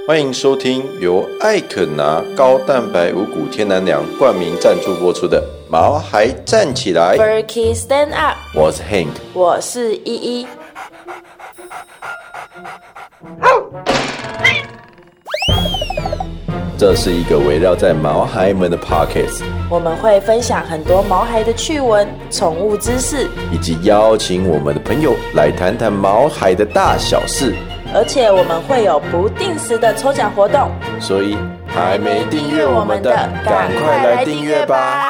欢迎收听由艾肯拿高蛋白五谷天然粮冠名赞助播出的《毛孩站起来》 Berkey Stand Up， 我是 Hank， 我是依依。 这是一个围绕在毛孩们的 Podcast， 我们会分享很多毛孩的趣闻、宠物知识， 以及邀请我们的朋友来谈谈毛孩的大小事。 而且我们会有不定时的抽奖活动， 所以还没订阅我们的，赶快来订阅吧！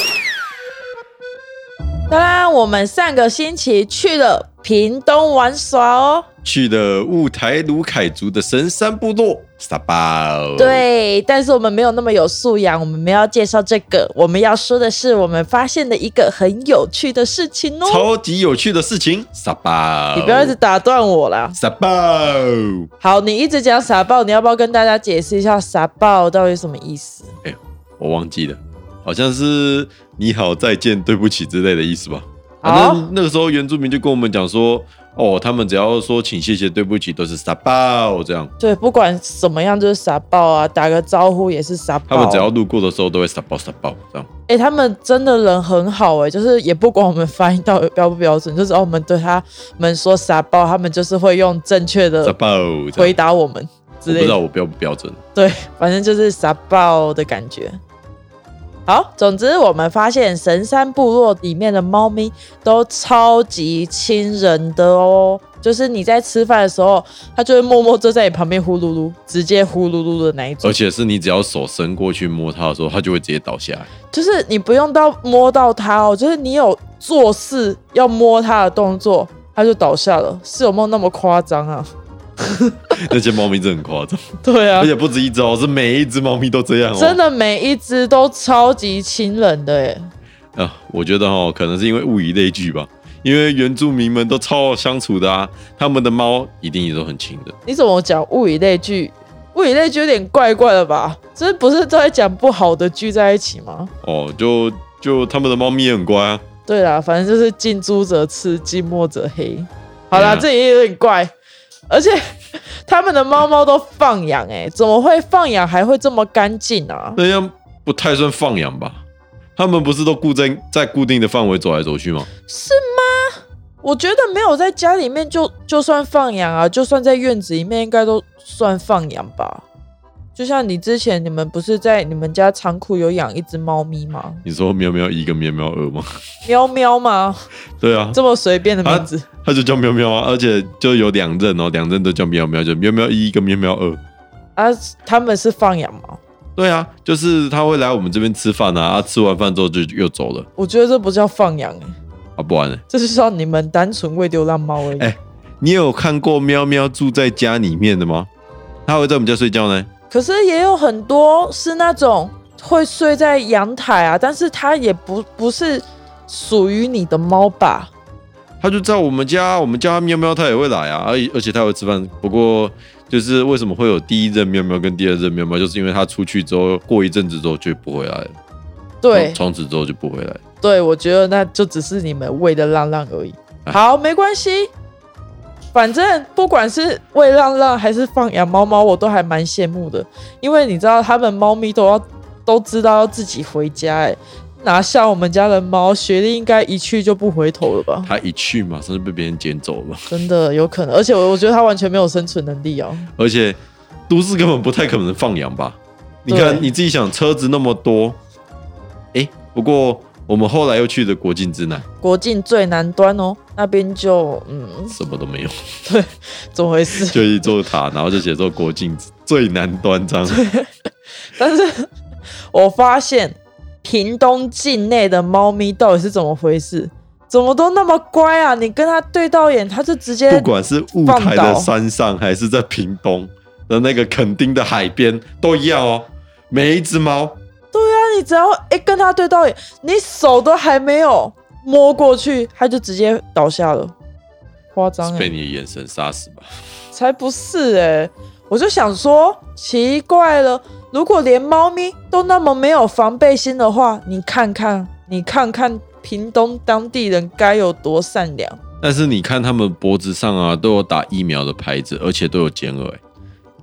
当然，我们上个星期去了屏东玩耍哦， 去了雾台鲁凯族的神山部落沙包。 对，但是我们没有那么有素养，我们没有要介绍这个，我们要说的是我们发现的一个很有趣的事情哦， 超级有趣的事情，沙包。 你不要一直打断我啦， 沙包。 好，你一直讲傻爆，你要不要跟大家解释一下傻爆到底什么意思？ 我忘记了，好像是你好、再见、对不起之类的意思吧。反正那个时候原住民就跟我们讲说，他们只要说请、谢谢、对不起都是傻爆这样。 对，不管什么样就是傻爆啊，打个招呼也是傻爆。 他们只要路过的时候都会傻爆傻爆这样。 他们真的人很好就是也不管我们发音到底标不标准，就是我们对他们说傻爆，他们就是会用正确的回答我们之类的。 我不知道我标不标准。 对，反正就是傻爆的感觉。好，总之我们发现神山部落里面的猫咪都超级亲人的哦，就是你在吃饭的时候，它就会默默坐在你旁边呼噜噜，直接呼噜噜的那一种。 而且是你只要手伸过去摸它的时候，它就会直接倒下来。 就是你不用到摸到它哦，就是你有做事要摸它的动作，它就倒下了，是有没有那么夸张啊？ 那些猫咪真的很夸张。 对啊， 而且不止一只是每一只猫咪都这样真的每一只都超级亲人的耶。 我觉得可能是因为物以类聚吧，因为原住民们都超好相处的啊，他们的猫一定也都很亲的。 你怎么讲物以类聚？物以类聚有点怪怪的吧？这不是在讲不好的聚在一起吗？ 就他们的猫咪也很乖啊。 对啦，反正就是近朱者赤，近墨者黑。好啦，这也有点怪。而且他们的猫猫都放养怎么会放养还会这么干净啊？ 那样不太算放养吧？他们不是都在固定的范围走来走去吗？ 是吗？我觉得没有在家里面就算放养啊，就算在院子里面应该都算放养吧。就像你之前你们不是在你们家仓库有养一只猫咪吗？ 你说喵喵一跟喵喵二吗？ 喵喵吗？ 对啊， 这么随便的名字， 它就叫喵喵啊，而且就有两任两任都叫喵喵，就喵喵一跟喵喵二啊。他们是放养吗？ 对啊，就是他会来我们这边吃饭啊，吃完饭之后就又走了。 我觉得这不叫放养不然呢？ 这就是要你们单纯喂流浪猫而已。 你有看过喵喵住在家里面的吗？它会在我们家睡觉呢。 可是也有很多是那种会睡在阳台啊，但是它也不是属于你的猫吧？ 它就在我们家，我们叫它喵喵，它也会来啊，而且它会吃饭。不过就是为什么会有第一任喵喵跟第二任喵喵，就是因为它出去之后，过一阵子之后就不回来了。 对， 从此之后就不回来了。 对，我觉得那就只是你们喂的浪浪而已。好，没关系。反正不管是喂浪浪还是放养猫猫，我都还蛮羡慕的，因为你知道他们猫咪都知道要自己回家哪像我们家的猫，雪莉应该一去就不回头了吧？ 它一去马上就被别人捡走了， 真的有可能，而且我觉得它完全没有生存能力而且都市根本不太可能放养吧？你看你自己想，车子那么多，不过我们后来又去了国境之南， 国境最南端那边就什么都没有。 对，怎么回事？ 就一座塔，然后就写说国境最南端这样。 但是我发现屏东境内的猫咪到底是怎么回事？怎么都那么乖啊？你跟它对到眼，它就直接不管是雾台的山上，还是在屏东的那个垦丁的海边，都一样每一只猫。 对啊，你只要跟它对到眼，你手都还没有摸过去，它就直接倒下了，夸张被你的眼神杀死吧？ 才不是我就想说，奇怪了，如果连猫咪都那么没有防备心的话，你看看屏东当地人该有多善良。 但是你看他们脖子上都有打疫苗的牌子，而且都有剪耳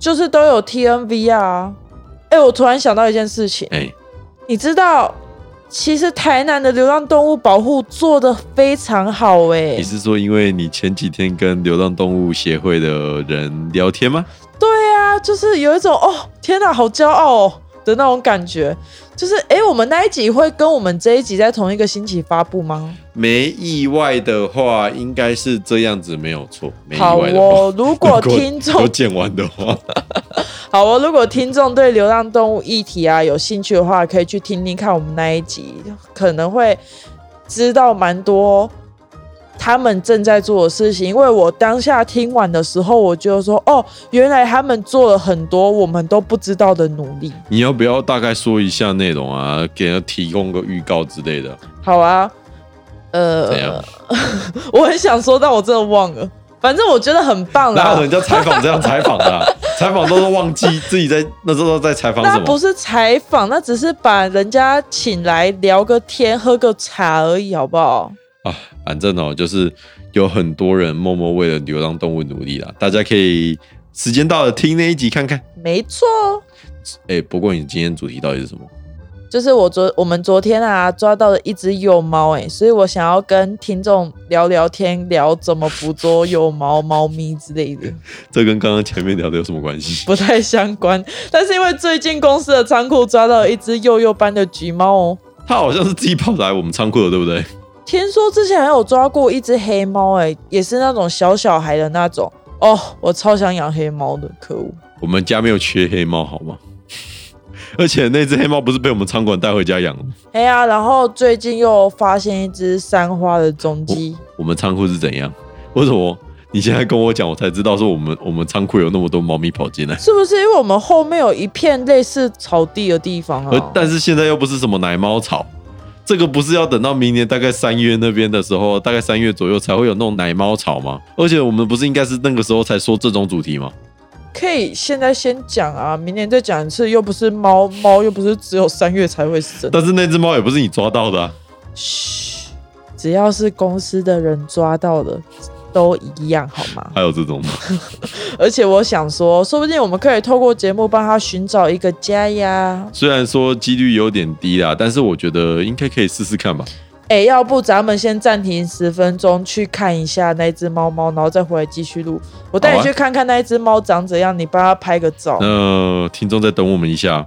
就是都有 TNV 啊。我突然想到一件事情，你知道其实台南的流浪动物保护做得非常好你是说因为你前几天跟流浪动物协会的人聊天吗？ 对啊，就是有一种天哪好骄傲的那种感觉，就是我们那一集会跟我们这一集在同一个星期发布吗？ 没意外的话应该是这样子，没有错。没意好外的话如果听众都剪完的话好如果听众对流浪动物议题有兴趣的话，可以去听听看我们那一集，可能会知道蛮多他们正在做的事情。因为我当下听完的时候，我就说原来他们做了很多我们都不知道的努力。 你要不要大概说一下内容啊？给人提供个预告之类的。 好啊， 怎样？ 我很想说，但我真的忘了。反正我觉得很棒啦。 哪有人家采访这样采访的采访都是忘记自己在那时候在采访什么。 那不是采访，那只是把人家请来聊个天喝个茶而已，好不好？ 反正就是有很多人默默为了流浪动物努力啦，大家可以时间到了听那一集看看。 没错。 不过你今天主题到底是什么？ 就是我们昨天抓到了一只幼猫所以我想要跟听众聊聊天，聊怎么捕捉幼猫、猫咪之类的。 这跟刚刚前面聊的有什么关系？ 不太相关，但是因为最近公司的仓库抓到了一只幼幼班的橘猫它好像是自己跑来我们仓库的，对不对？ 听说之前还有抓过一只黑猫也是那种小孩的那种我超想养黑猫的，可恶。 我们家没有缺黑猫好吗？而且那只黑猫不是被我们仓管带回家养的吗？ 然后最近又发现一只三花的踪迹。 我们仓库是怎样？为什么你现在跟我讲，我才知道说我们仓库有那么多猫咪跑进来？ 是不是因为我们后面有一片类似草地的地方但是现在又不是什么奶猫草，这个不是要等到明年大概3月那边的时候，大概3月左右才会有那种奶猫草吗？而且我们不是应该是那个时候才说这种主题吗？ 可以现在先讲明年再讲一次，又不是猫又不是只有3月才会生。 但是那只猫也不是你抓到的嘘，只要是公司的人抓到的都一样好吗？ 还有这种吗？ 而且我想说，说不定我们可以透过节目帮他寻找一个家呀。 虽然说几率有点低啦，但是我觉得应该可以试试看吧。 要不咱们先暂停10分钟，去看一下那只猫猫，然后再回来继续录。我带你去看看那只猫长怎样，你帮它拍个照。 听众再等我们一下。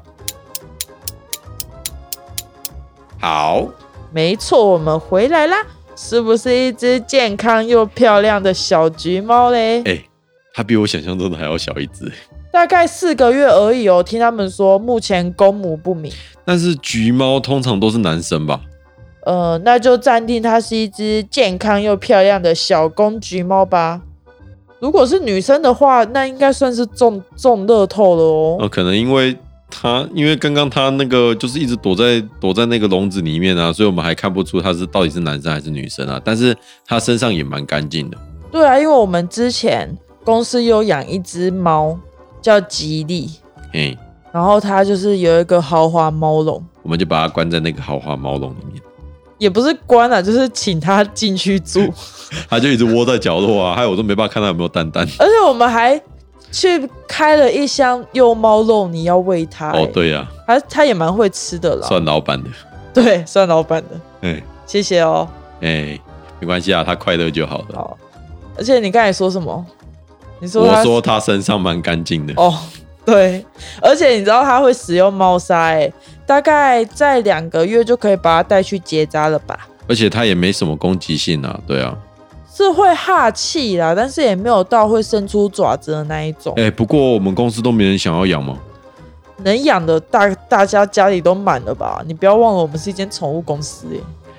好， 没错，我们回来啦。是不是一只健康又漂亮的小橘猫嘞？ 它比我想象中的还要小一只， 大概4个月而已听他们说目前公母不明。 但是橘猫通常都是男生吧？ 那就暂定它是一只健康又漂亮的小公橘猫吧。如果是女生的话，那应该算是中乐透了可能因为刚刚它那个就是一直躲在那个笼子里面所以我们还看不出它到底是男生还是女生但是它身上也蛮干净的。 对啊，因为我们之前公司有养一只猫叫吉利，然后它就是有一个豪华猫笼， 我们就把它关在那个豪华猫笼里面。 也不是关就是请它进去住。 它就一直窝在角落害我都没办法看它有没有蛋蛋。 而且我们还去开了一箱幼猫肉，你要喂它对呀， 它也蛮会吃的啦。 算老板的。 对，算老板的。谢谢没关系它快乐就好了。 好，而且你刚才说什么？ 我说它身上蛮干净的。 对，而且你知道它会使用猫砂大概在2个月就可以把它带去结扎了吧。 而且它也没什么攻击性对啊， 是会哈气啦，但是也没有到会伸出爪子的那一种。 不过我们公司都没人想要养吗？ 能养的大家家里都满了吧？你不要忘了我们是一间宠物公司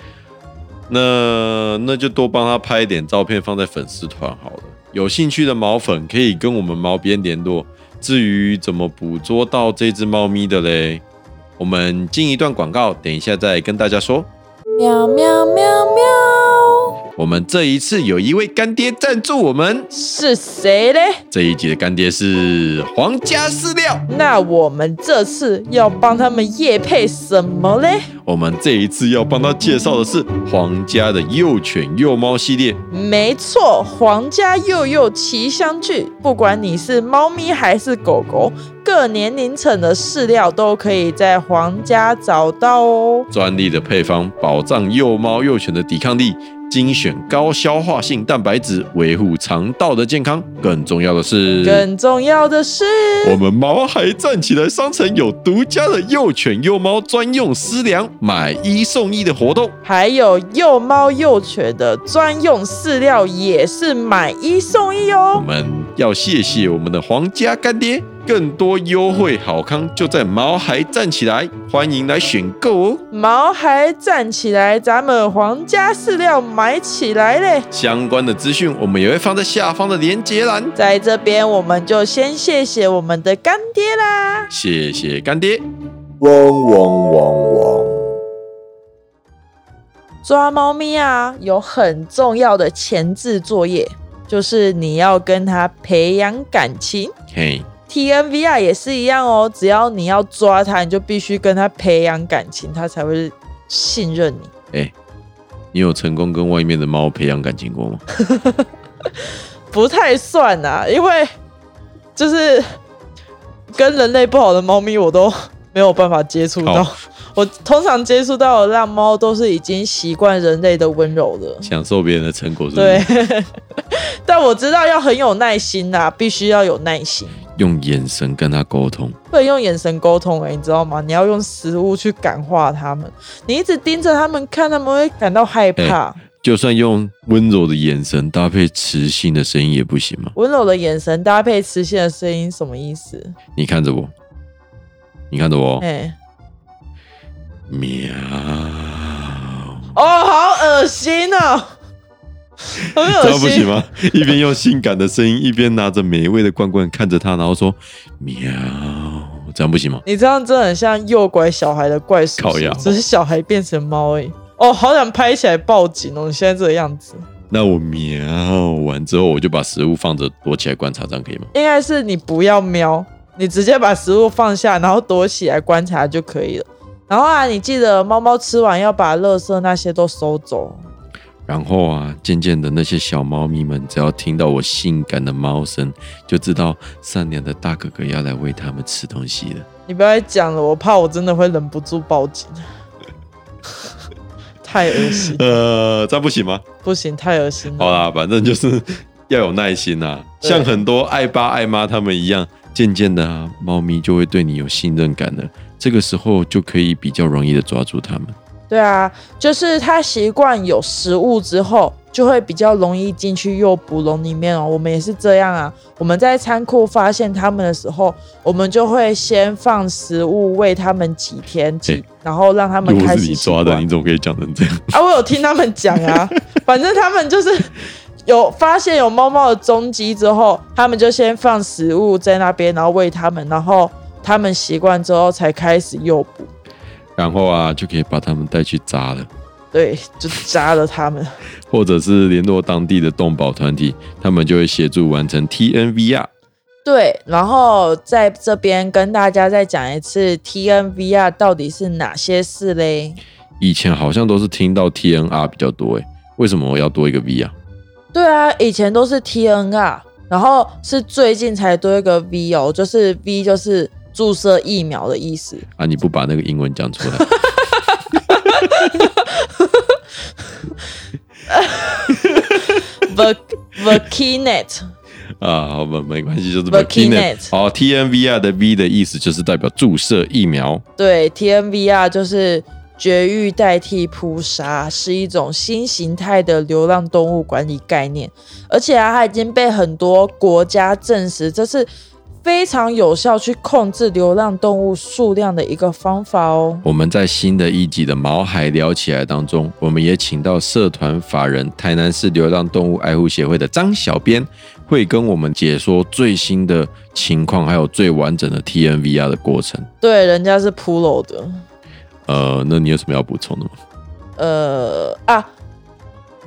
那就多帮他拍一点照片放在粉丝团好了。有兴趣的毛粉可以跟我们毛编联络。至于怎么捕捉到这只猫咪的嘞，我们进一段广告，等一下再跟大家说。 喵喵喵喵。 我们这一次有一位干爹赞助我们， 是谁嘞？ 这一集的干爹是皇家饲料。 那我们这次要帮他们业配什么嘞？ 我们这一次要帮他介绍的是皇家的幼犬幼猫系列。 没错，皇家幼幼齐相聚，不管你是猫咪还是狗狗，各年龄层的饲料都可以在皇家找到哦。 专利的配方保障幼猫幼犬的抵抗力，精选高消化性蛋白质，维护肠道的健康。更重要的是，我们毛孩站起来商城有独家的幼犬幼猫专用饲粮买1送1的活动， 还有幼猫幼犬的专用饲料也是买1送1哦。 我们要谢谢我们的皇家干爹，更多优惠好康就在毛孩站起来，欢迎来选购哦。 毛孩站起来，咱们皇家饲料买起来嘞！ 相关的资讯我们也会放在下方的连结栏。 在这边我们就先谢谢我们的干爹啦， 谢谢干爹。 汪汪汪汪！ 抓猫咪啊，有很重要的前置作业，就是你要跟它培养感情。 嘿。 TNVR 也是一样哦，只要你要抓它，你就必须跟它培养感情，它才会信任你。 你有成功跟外面的猫培养感情过吗？ 不太算啊，因为就是跟人类不好的猫咪我都没有办法接触到。我通常接触到的浪猫都是已经习惯人类的温柔的， 享受别人的成果是不是？ 对，但我知道要很有耐心啊，必须要有耐心。 用眼神跟他沟通， 不能用眼神沟通你知道吗？你要用食物去感化他们。你一直盯着他们看，他们会感到害怕。 就算用温柔的眼神搭配磁性的声音也不行吗？ 温柔的眼神搭配磁性的声音什么意思？ 你看着我，你看着我。喵。 哦，好恶心哦！很恶心， 这样不行吗？一边用性感的声音，一边拿着美味的罐罐看着他，然后说喵，这样不行吗？ 你这样真的很像诱拐小孩的怪叔叔，只是小孩变成猫而已。哦，好想拍起来报警哦！你现在这个样子。 那我喵完之后，我就把食物放着躲起来观察，这样可以吗？ 应该是你不要喵，你直接把食物放下，然后躲起来观察就可以了。然后啊，你记得猫猫吃完要把垃圾那些都收走。 然后啊，渐渐的那些小猫咪们只要听到我性感的猫声，就知道善良的大哥哥要来喂它们吃东西了。 你不要再讲了，我怕我真的会忍不住报警。太恶心。 这样不行吗？ 不行，太恶心了。 好啦，反正就是要有耐心啊，像很多爱爸爱妈他们一样，渐渐的啊，猫咪就会对你有信任感了。这个时候就可以比较容易的抓住它们。 对啊，就是它习惯有食物之后，就会比较容易进去诱捕笼里面哦。我们也是这样啊。我们在仓库发现它们的时候，我们就会先放食物喂它们几天，然后让它们开始习惯。如果是你抓的， 你怎么可以讲成这样啊？我有听他们讲啊，反正他们就是有发现有猫猫的踪迹之后，他们就先放食物在那边，然后喂它们，然后他们习惯之后才开始诱捕。 然后啊，就可以把他们带去扎了。 对，就扎了他们， 或者是联络当地的动保团体，他们就会协助完成 TNVR。 对，然后在这边跟大家再讲一次 TNVR 到底是哪些事嘞？ 以前好像都是听到 TNR 比较多，为什么要多一个 V 啊？ 对啊，以前都是 TNR， 然后是最近才多一个 V 哦，就是 V 就是注射疫苗的意思啊！你不把那个英文讲出来 ？Vaccinate 啊，好吧，没关系，就是 Vaccinate。好 ，TNVR 的 V 的意思就是代表注射疫苗。 对 ，TNVR 就是绝育代替扑杀，是一种新形态的流浪动物管理概念，而且它已经被很多国家证实，这是非常有效去控制流浪动物数量的一个方法哦。 我们在新的一集的毛孩聊起来当中，我们也请到社团法人台南市流浪动物爱护协会的张小编，会跟我们解说最新的情况，还有最完整的 TNVR 的过程。 对，人家是 Pro 的。 那你有什么要补充的吗？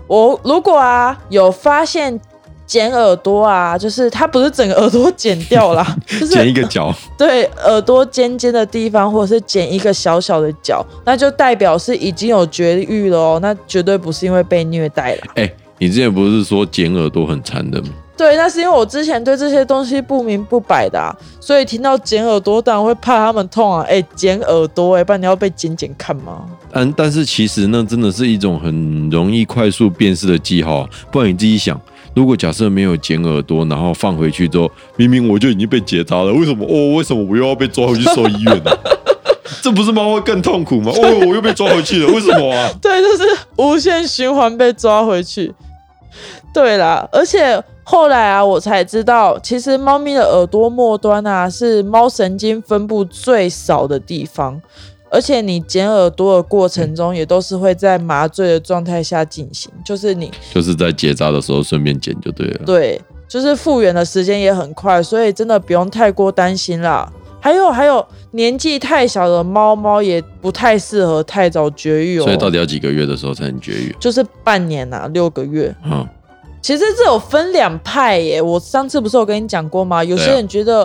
我如果有发现剪耳朵就是它不是整个耳朵剪掉啦，就是剪一个角， 对，耳朵尖尖的地方，或者是剪一个小小的角，那就代表是已经有绝育了哦，那绝对不是因为被虐待啦。 你之前不是说剪耳朵很残忍吗？ 对，那是因为我之前对这些东西不明不白的所以听到剪耳朵当然会怕他们痛剪耳朵不然你要被剪剪看吗？ 但是其实那真的是一种很容易快速辨识的记号不然你自己想，如果假设没有剪耳朵，然后放回去之后，明明我就已经被结扎了，为什么我又要被抓回去兽医院呢？这不是猫会更痛苦吗？我又被抓回去了，为什么啊？ 对，就是无限循环被抓回去。对啦，而且后来我才知道，其实猫咪的耳朵末端是猫神经分布最少的地方，而且你剪耳朵的过程中也都是会在麻醉的状态下进行，就是在结扎的时候顺便剪就对了。 对，就是复原的时间也很快，所以真的不用太过担心啦。还有年纪太小的猫也不太适合太早绝育所以到底要几个月的时候才能绝育？ 就是半年6个月。其实这有分两派耶，我上次不是有跟你讲过吗？有些人觉得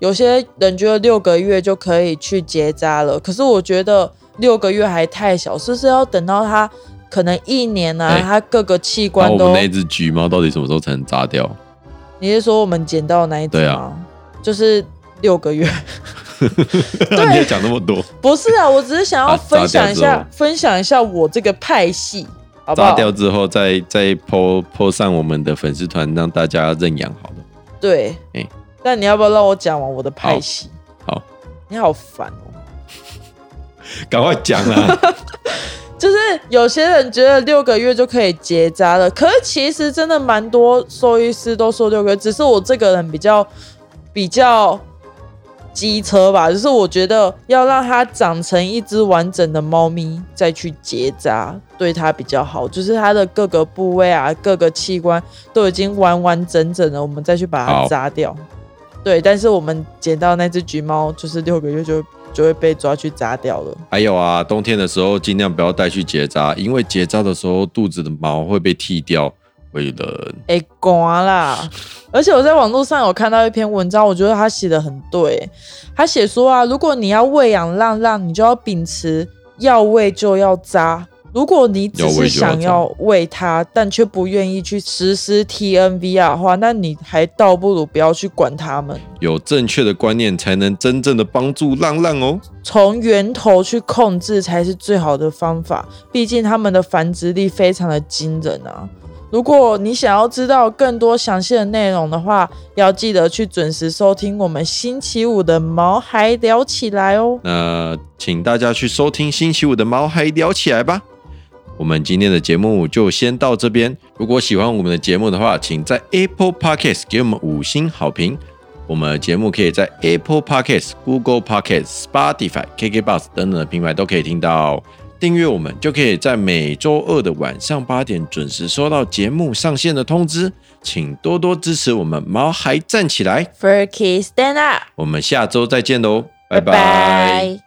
6个月就可以去结扎了，可是我觉得6个月还太小，是不是要等到它可能1年它各个器官都…… 那我们那只橘猫到底什么时候才能扎掉？ 你是说我们捡到的那一只吗？对啊，就是6个月。 对，你也讲那么多？ 不是我只是想要分享一下我这个派系。好不好？ 扎掉之后再 po 上我们的粉丝团，让大家认养好了。 对，但你要不要让我讲完我的派系？ 好， 你好烦赶快讲啊！ 就是有些人觉得6个月就可以结扎了，可是其实真的蛮多兽医师都说6个月，只是我这个人比较机车吧，就是我觉得要让它长成一只完整的猫咪再去结扎，对它比较好。就是它的各个部位各个器官都已经完完整整的，我们再去把它扎掉。对，但是我们捡到那只橘猫，就是6个月就会被抓去扎掉了。 还有冬天的时候尽量不要带去结扎，因为结扎的时候肚子的毛会被剃掉。 寒啦！而且我在网络上有看到一篇文章，我觉得他写得很对。他写说如果你要喂养浪浪，你就要秉持要喂就要扎。如果你只是想要喂它，但却不愿意去实施 TNVR 的话，那你还倒不如不要去管它们。 有正确的观念，才能真正的帮助浪浪哦。 从源头去控制才是最好的方法，毕竟它们的繁殖力非常的惊人如果你想要知道更多详细的内容的话，要记得去准时收听我们星期五的毛孩聊起来哦。 那请大家去收听星期五的毛孩聊起来吧。我们今天的节目就先到这边。如果喜欢我们的节目的话，请在 Apple Podcast 给我们5星好评。我们的节目可以在 Apple Podcast、Google Podcast、Spotify、KKBOX 等等的平台都可以听到订阅我们就可以在每周2的晚上8点准时收到节目上线的通知，请多多支持我们毛孩站起来 Furky Stand Up， 我们下周再见喽，拜拜。 拜拜。